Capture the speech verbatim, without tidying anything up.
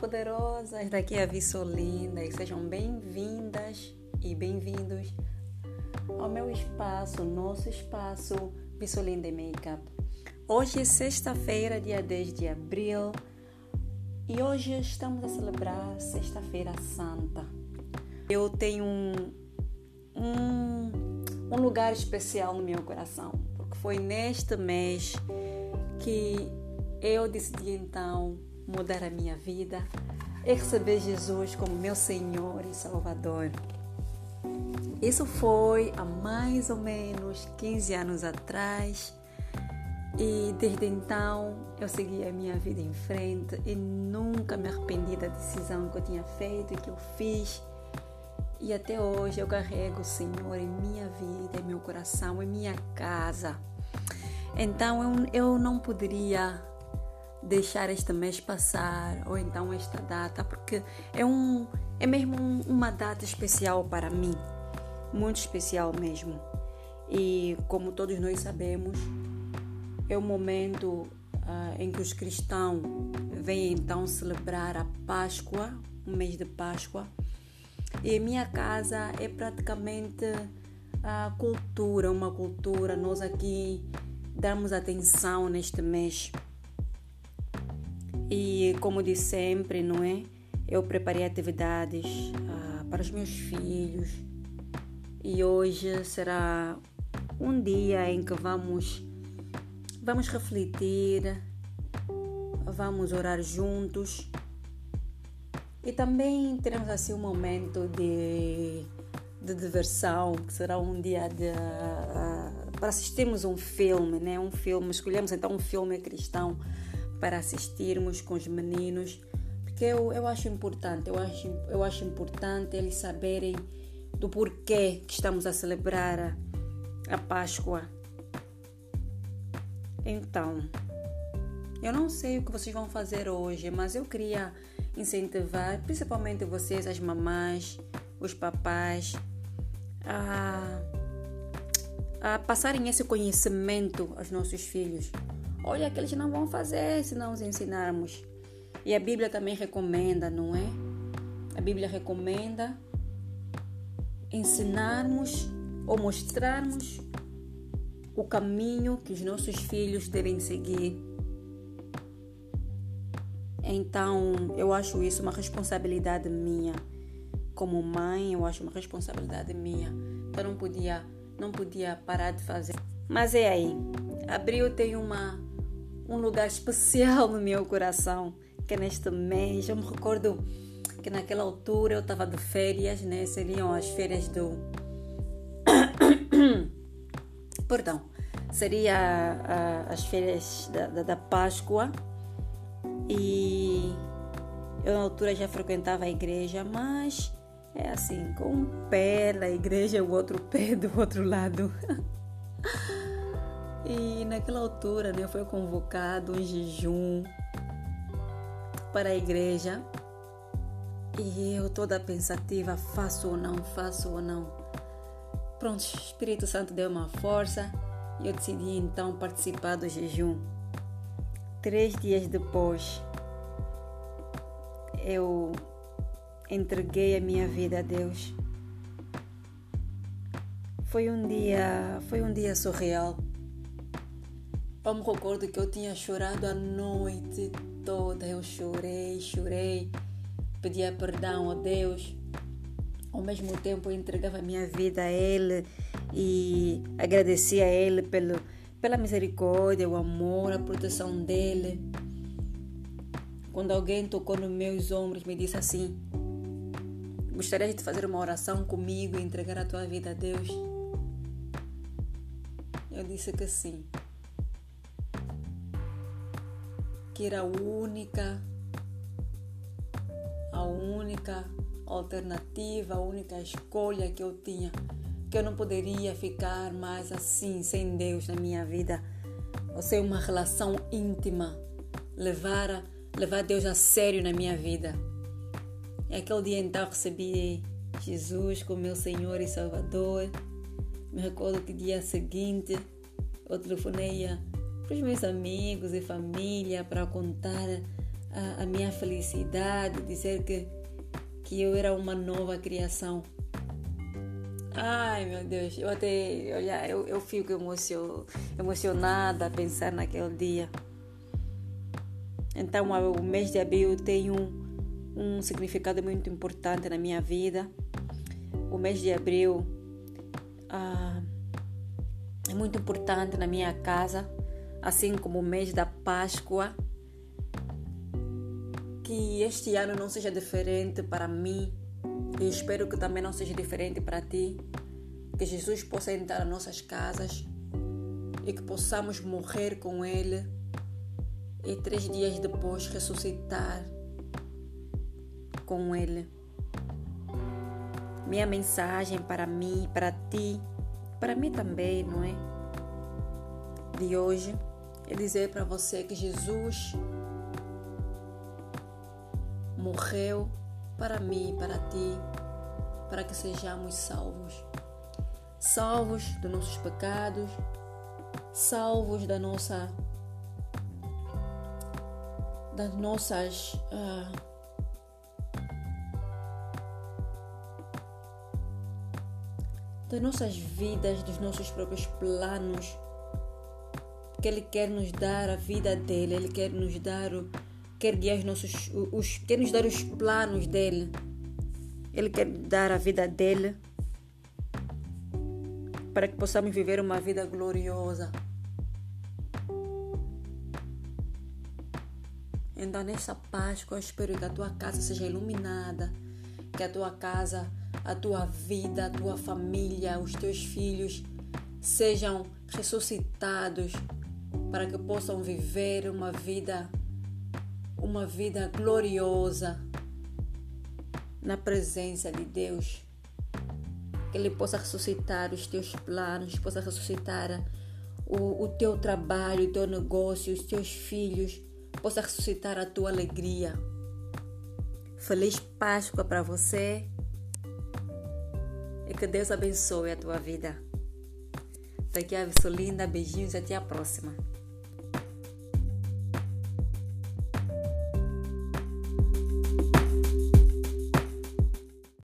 poderosas, daqui é a Vissolinda e sejam bem-vindas e bem-vindos ao meu espaço, nosso espaço Vissolinda Makeup. Hoje é sexta-feira, dia dez de abril e hoje estamos a celebrar Sexta-feira Santa. Eu tenho um, um, um lugar especial no meu coração, porque foi neste mês que eu decidi então mudar a minha vida e receber Jesus como meu Senhor e Salvador. Isso foi há mais ou menos quinze anos atrás e desde então eu segui a minha vida em frente e nunca me arrependi da decisão que eu tinha feito e que eu fiz. E até hoje eu carrego o Senhor em minha vida, em meu coração, em minha casa. Então eu, eu não poderia deixar este mês passar ou então esta data, porque é, um, é mesmo um, uma data especial para mim, muito especial mesmo. E como todos nós sabemos, é o momento uh, em que os cristãos vêm então celebrar a Páscoa, o mês de Páscoa. E minha casa é praticamente a cultura, uma cultura. Nós aqui damos atenção neste mês. E como de sempre, não é? Eu preparei atividades ah, para os meus filhos. E hoje será um dia em que vamos, vamos refletir, vamos orar juntos. E também teremos assim um momento de, de diversão, que será um dia de, uh, para assistirmos um filme, né? Um filme, escolhemos então um filme cristão para assistirmos com os meninos, porque eu, eu acho importante, eu acho, eu acho importante eles saberem do porquê que estamos a celebrar a, a Páscoa. Então, eu não sei o que vocês vão fazer hoje, mas eu queria incentivar, principalmente vocês, as mamães, os papais, a, a passarem esse conhecimento aos nossos filhos. Olha que eles não vão fazer se não os ensinarmos. E a Bíblia também recomenda, não é? A Bíblia recomenda ensinarmos ou mostrarmos o caminho que os nossos filhos devem seguir. Então, eu acho isso uma responsabilidade minha. Como mãe, eu acho uma responsabilidade minha. Então, não podia, não podia parar de fazer. Mas é aí. Abril tem uma, um lugar especial no meu coração, que é neste mês. Eu me recordo que naquela altura eu estava de férias, né? Seriam as férias do... Perdão. Seria a, as férias da, da, da Páscoa. E eu na altura já frequentava a igreja, mas é assim, com um pé na igreja e o outro pé do outro lado. E naquela altura, né, foi convocado um jejum para a igreja. E eu toda pensativa, faço ou não, faço ou não. Pronto, o Espírito Santo deu uma força e eu decidi então participar do jejum. Três dias depois, eu entreguei a minha vida a Deus. Foi um dia, foi um dia surreal. Eu me recordo que eu tinha chorado a noite toda. Eu chorei, chorei, pedia perdão a Deus. Ao mesmo tempo, eu entregava a minha vida a Ele e agradecia a Ele pelo pela misericórdia, o amor, a proteção dele. Quando alguém tocou nos meus ombros e me disse assim: gostaria de fazer uma oração comigo e entregar a tua vida a Deus? Eu disse que sim. Que era a única, a única alternativa, a única escolha que eu tinha. Que eu não poderia ficar mais assim, sem Deus na minha vida. Ou sem uma relação íntima. Levar, levar Deus a sério na minha vida. E aquele dia então recebi Jesus como meu Senhor e Salvador. Me recordo que dia seguinte eu telefonei para os meus amigos e família para contar a, a minha felicidade, dizer que, que eu era uma nova criação. Ai, meu Deus, eu até, olha, eu, eu fico emocio, emocionada a pensar naquele dia. Então, o mês de abril tem um, um significado muito importante na minha vida. O mês de abril ah, é muito importante na minha casa, assim como o mês da Páscoa. Que este ano não seja diferente para mim. Eu espero que também não seja diferente para ti. Que Jesus possa entrar nas nossas casas e que possamos morrer com Ele e três dias depois ressuscitar com Ele. Minha mensagem para mim, para ti, para mim também, não é? De hoje é dizer para você que Jesus morreu para mim, para ti, para que sejamos salvos. Salvos dos nossos pecados, salvos da nossa, das nossas, uh, das nossas vidas, dos nossos próprios planos, que Ele quer nos dar a vida dele, Ele quer nos dar o Quer, guiar os nossos, os, quer nos dar os planos dele. Ele quer dar a vida dele para que possamos viver uma vida gloriosa. Então, nesta Páscoa, eu espero que a tua casa seja iluminada, que a tua casa, a tua vida, a tua família, os teus filhos sejam ressuscitados para que possam viver uma vida uma vida gloriosa na presença de Deus. Que Ele possa ressuscitar os teus planos, possa ressuscitar o, o teu trabalho, o teu negócio, os teus filhos, possa ressuscitar a tua alegria. Feliz Páscoa para você e que Deus abençoe a tua vida. Daqui a Vissolinda, beijinhos e até a próxima.